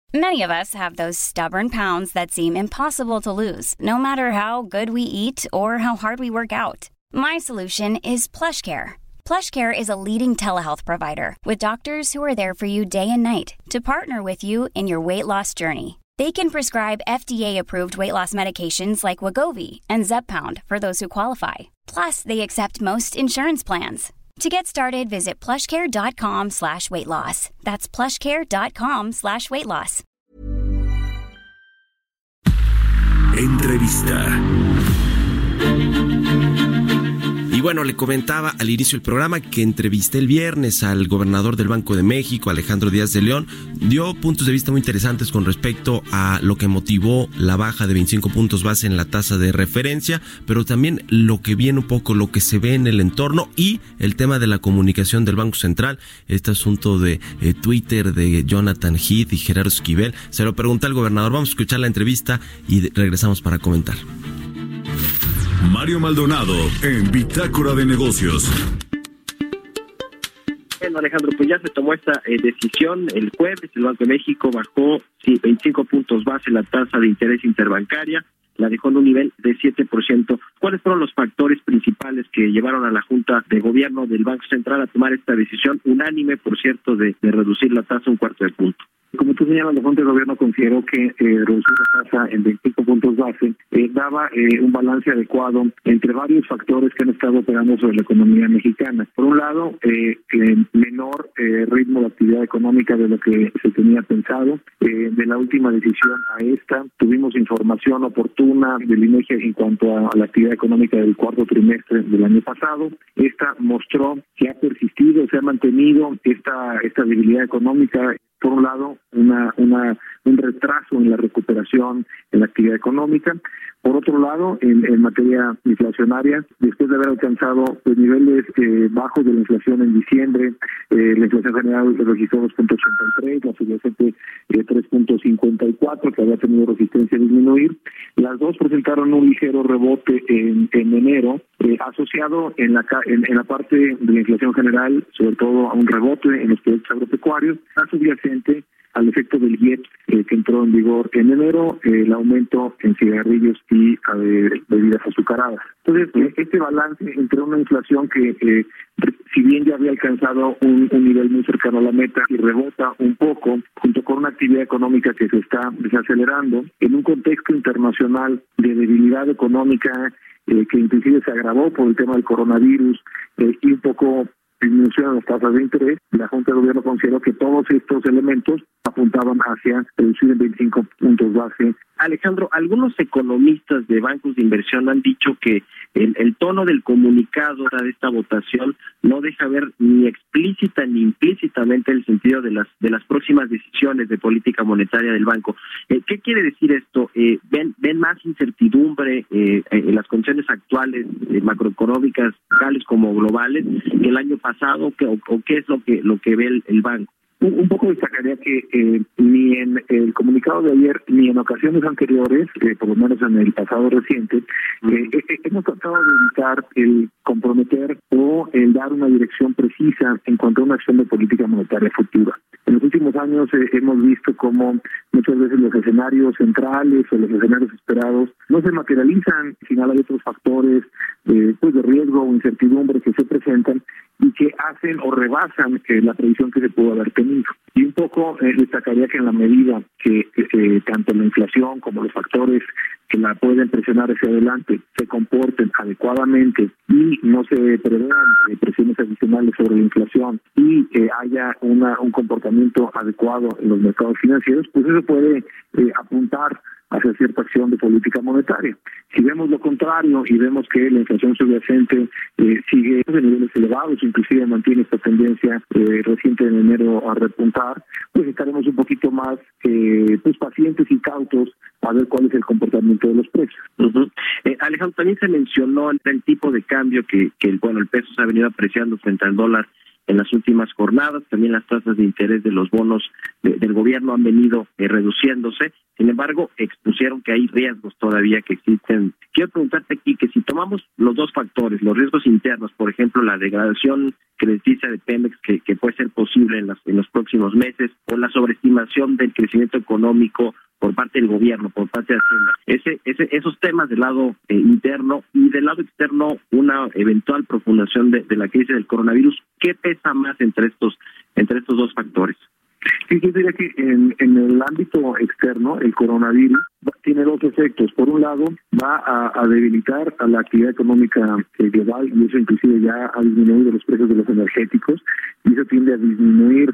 Many of us have those stubborn pounds that seem impossible to lose, no matter how good we eat or how hard we work out. My solution is PlushCare. PlushCare is a leading telehealth provider with doctors who are there for you day and night to partner with you in your weight loss journey. They can prescribe FDA-approved weight loss medications like Wegovy and Zepbound for those who qualify. Plus, they accept most insurance plans. To get started, visit plushcare.com/weightloss. That's plushcare.com/weightloss. Entrevista. Y bueno, le comentaba al inicio del programa que entrevisté el viernes al gobernador del Banco de México, Alejandro Díaz de León. Dio puntos de vista muy interesantes con respecto a lo que motivó la baja de 25 puntos base en la tasa de referencia, pero también lo que viene un poco, lo que se ve en el entorno y el tema de la comunicación del Banco Central, este asunto de Twitter de Jonathan Heath y Gerardo Esquivel. Se lo pregunté al gobernador. Vamos a escuchar la entrevista y regresamos para comentar. Mario Maldonado en Bitácora de Negocios. Bueno, Alejandro, pues ya se tomó esta decisión el jueves. El Banco de México bajó 25 puntos base la tasa de interés interbancaria, la dejó en un nivel de 7%. ¿Cuáles fueron los factores principales que llevaron a la Junta de Gobierno del Banco Central a tomar esta decisión unánime, por cierto, de reducir la tasa un cuarto de punto? Como tú señalas, la Junta de Gobierno consideró que reducir la tasa en 25 puntos base daba un balance adecuado entre varios factores que han estado operando sobre la economía mexicana. Por un lado, menor ritmo de actividad económica de lo que se tenía pensado. De la última decisión a esta, tuvimos información oportuna del INEGI en cuanto a la actividad económica del cuarto trimestre del año pasado. Esta mostró que ha persistido, se ha mantenido esta debilidad económica. Por un lado, un retraso en la recuperación en la actividad económica. Por otro lado, en materia inflacionaria, después de haber alcanzado los niveles bajos de la inflación en diciembre, la inflación general registró 2.83, la subyacente 3.54, que había tenido resistencia a disminuir. Las dos presentaron un ligero rebote en enero, asociado en la parte de la inflación general, sobre todo a un rebote en los productos agropecuarios, la subyacente al efecto del IEPS que entró en vigor en enero, el aumento en cigarrillos y bebidas azucaradas. Entonces, este balance entre una inflación que, si bien ya había alcanzado un nivel muy cercano a la meta y rebota un poco, junto con una actividad económica que se está desacelerando, en un contexto internacional de debilidad económica que inclusive se agravó por el tema del coronavirus y un poco disminución de las tasas de interés, la Junta de Gobierno consideró que todos estos elementos apuntaban hacia reducir en 25 puntos base. Alejandro, algunos economistas de bancos de inversión han dicho que el tono del comunicado de esta votación no deja ver ni explícita ni implícitamente el sentido de las próximas decisiones de política monetaria del banco. ¿Qué quiere decir esto? ¿Ven más incertidumbre en las condiciones actuales macroeconómicas, locales como globales, que el año pasado, o qué es lo que ve el banco? Un poco destacaría que ni en el comunicado de ayer ni en ocasiones anteriores, por lo menos en el pasado reciente, hemos tratado de evitar el comprometer o el dar una dirección precisa en cuanto a una acción de política monetaria futura. En los últimos años hemos visto cómo muchas veces los escenarios centrales o los escenarios esperados no se materializan, al final hay otros factores de riesgo o incertidumbre que se presentan y que hacen o rebasan la previsión que se pudo haber tenido. Y un poco destacaría que en la medida que tanto la inflación como los factores que la pueden presionar hacia adelante se comporten adecuadamente y no se prevean presiones adicionales sobre la inflación y haya un comportamiento adecuado en los mercados financieros, pues eso puede apuntar hacia cierta acción de política monetaria. Si vemos lo contrario y vemos que la inflación subyacente sigue en niveles elevados, inclusive mantiene esta tendencia reciente en enero a repuntar, pues estaremos un poquito más pacientes y cautos a ver cuál es el comportamiento de los precios. Alejandro, también se mencionó el tipo de cambio que el peso se ha venido apreciando frente al dólar en las últimas jornadas. También las tasas de interés de los bonos del gobierno han venido reduciéndose. Sin embargo, expusieron que hay riesgos todavía que existen. Quiero preguntarte aquí que si tomamos los dos factores, los riesgos internos, por ejemplo, la degradación crediticia de Pemex que puede ser posible en los próximos meses, o la sobreestimación del crecimiento económico por parte del gobierno, por parte de Hacienda, esos temas del lado interno y del lado externo, una eventual profundización de la crisis del coronavirus, ¿qué pesa más entre estos dos factores? Sí, yo diría que en el ámbito externo, el coronavirus tiene dos efectos. Por un lado, va a debilitar a la actividad económica global, y eso inclusive ya ha disminuido los precios de los energéticos, y eso tiende a disminuir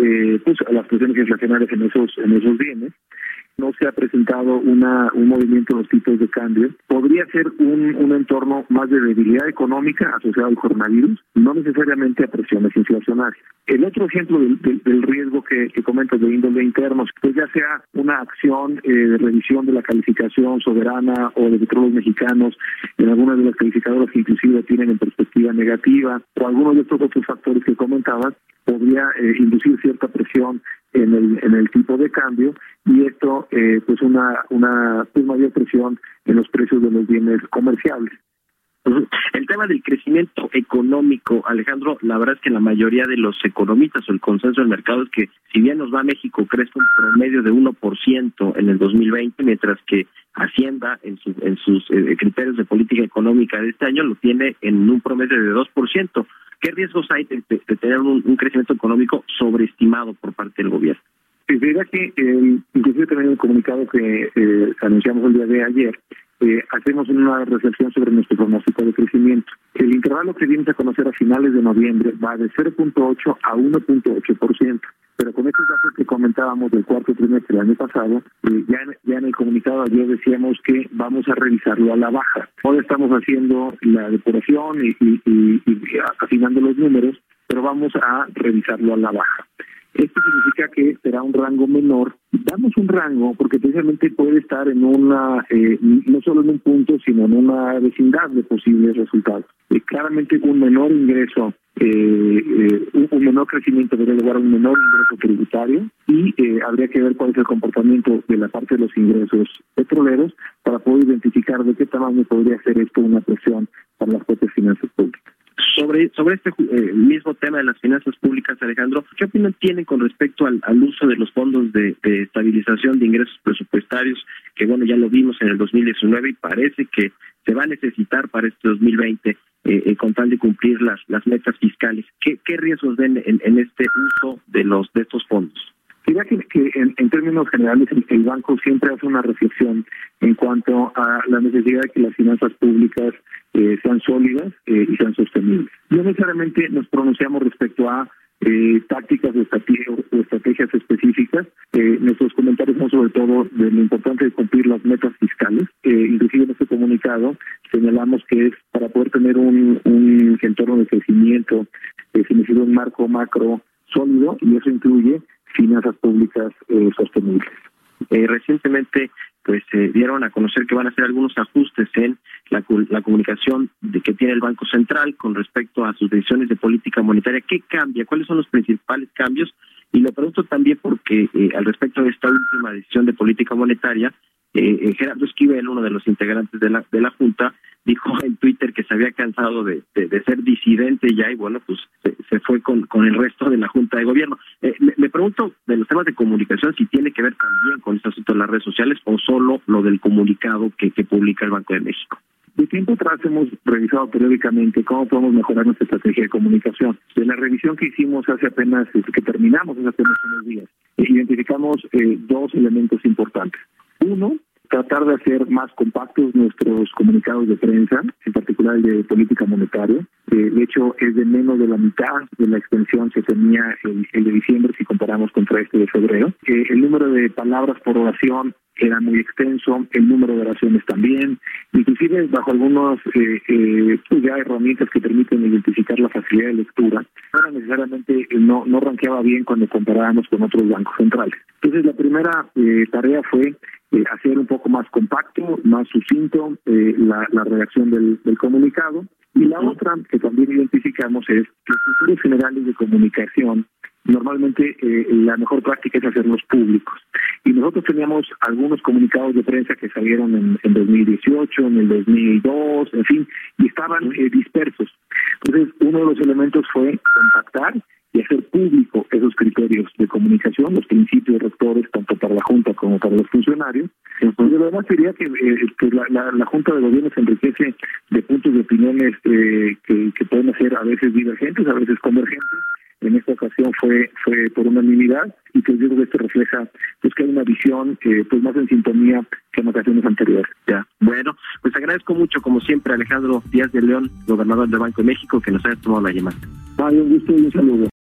a las presiones inflacionarias en esos bienes. No se ha presentado un movimiento de los tipos de cambio. Podría ser un entorno más de debilidad económica asociado al coronavirus, no necesariamente a presiones inflacionarias. El otro ejemplo del riesgo que comentas de índole internos, pues ya sea una acción de revisión de la calificación soberana o de petróleos mexicanos en algunas de las calificadoras que inclusive tienen en perspectiva negativa, o algunos de estos otros factores que comentabas, podría inducir cierta presión en el tipo de cambio, y esto pues una mayor presión en los precios de los bienes comerciables. El tema del crecimiento económico, Alejandro, la verdad es que la mayoría de los economistas o el consenso del mercado es que si bien nos va a México, crece un promedio de 1% en el 2020, mientras que Hacienda en sus criterios de política económica de este año lo tiene en un promedio de 2%. ¿Qué riesgos hay de tener un crecimiento económico sobreestimado por parte del gobierno? Es verdad que inclusive también el comunicado que anunciamos el día de ayer, hacemos una reflexión sobre nuestro pronóstico de crecimiento. El intervalo que dimos a conocer a finales de noviembre va de 0.8 a 1.8%, pero con estos datos que comentábamos del cuarto trimestre del año pasado, ya en el comunicado ayer decíamos que vamos a revisarlo a la baja. Ahora estamos haciendo la depuración y afinando los números, pero vamos a revisarlo a la baja. Esto significa que será un rango menor. Damos un rango porque precisamente puede estar en no solo en un punto, sino en una vecindad de posibles resultados. Claramente un menor ingreso, un menor crecimiento debe llevar a un menor ingreso tributario, y habría que ver cuál es el comportamiento de la parte de los ingresos petroleros para poder identificar de qué tamaño podría ser esto una presión para las propias finanzas públicas. Sobre este mismo tema de las finanzas públicas, Alejandro, ¿qué opinión tienen con respecto al uso de los fondos de estabilización de ingresos presupuestarios, que bueno, ya lo vimos en el 2019 y parece que se va a necesitar para este 2020 con tal de cumplir las metas fiscales? ¿Qué riesgos ven en este uso de estos fondos? Diría que en términos generales el banco siempre hace una reflexión en cuanto a la necesidad de que las finanzas públicas sean sólidas y sean sostenibles. No necesariamente nos pronunciamos respecto a tácticas o estrategias específicas. Nuestros comentarios son sobre todo de lo importante de cumplir las metas fiscales. Inclusive en este comunicado señalamos que es para poder tener un entorno de crecimiento, se necesita un marco macro sólido, y eso incluye finanzas públicas sostenibles. Recientemente dieron a conocer que van a hacer algunos ajustes en la comunicación que tiene el Banco Central con respecto a sus decisiones de política monetaria. ¿Qué cambia? ¿Cuáles son los principales cambios? Y lo pregunto también porque al respecto de esta última decisión de política monetaria, Gerardo Esquivel, uno de los integrantes de la Junta, dijo en Twitter que se había cansado de ser disidente ya, y bueno, pues se fue con el resto de la Junta de Gobierno. Me pregunto de los temas de comunicación si tiene que ver también con este asunto de las redes sociales o solo lo del comunicado que publica el Banco de México. De tiempo atrás hemos revisado periódicamente cómo podemos mejorar nuestra estrategia de comunicación. De la revisión que hicimos que terminamos hace apenas unos días, identificamos dos elementos importantes. Uno, tratar de hacer más compactos nuestros comunicados de prensa, en particular el de política monetaria. De hecho, es de menos de la mitad de la extensión que tenía el de diciembre si comparamos contra este de febrero. El número de palabras por oración era muy extenso, el número de oraciones también, inclusive bajo algunos ya herramientas que permiten identificar la facilidad de lectura, ahora necesariamente no rankeaba bien cuando comparábamos con otros bancos centrales. Entonces la primera tarea fue hacer un poco más compacto, más sucinto la redacción del comunicado. Y la otra que también identificamos es que los sectores generales de comunicación, normalmente la mejor práctica es hacerlos públicos. Y nosotros teníamos algunos comunicados de prensa que salieron en 2018, en el 2002, en fin, y estaban dispersos. Entonces, uno de los elementos fue contactar y hacer público esos criterios de comunicación, los principios rectores, tanto para la Junta como para los funcionarios. Entonces, además diría que la Junta de Gobierno se enriquece de puntos de opiniones que pueden ser a veces divergentes, a veces convergentes. En esta ocasión fue por unanimidad, y pues yo creo que esto refleja pues que hay una visión pues más en sintonía que en ocasiones anteriores. Ya, bueno, pues agradezco mucho, como siempre, Alejandro Díaz de León, gobernador del Banco de México, que nos haya tomado la llamada. Un gusto y un saludo.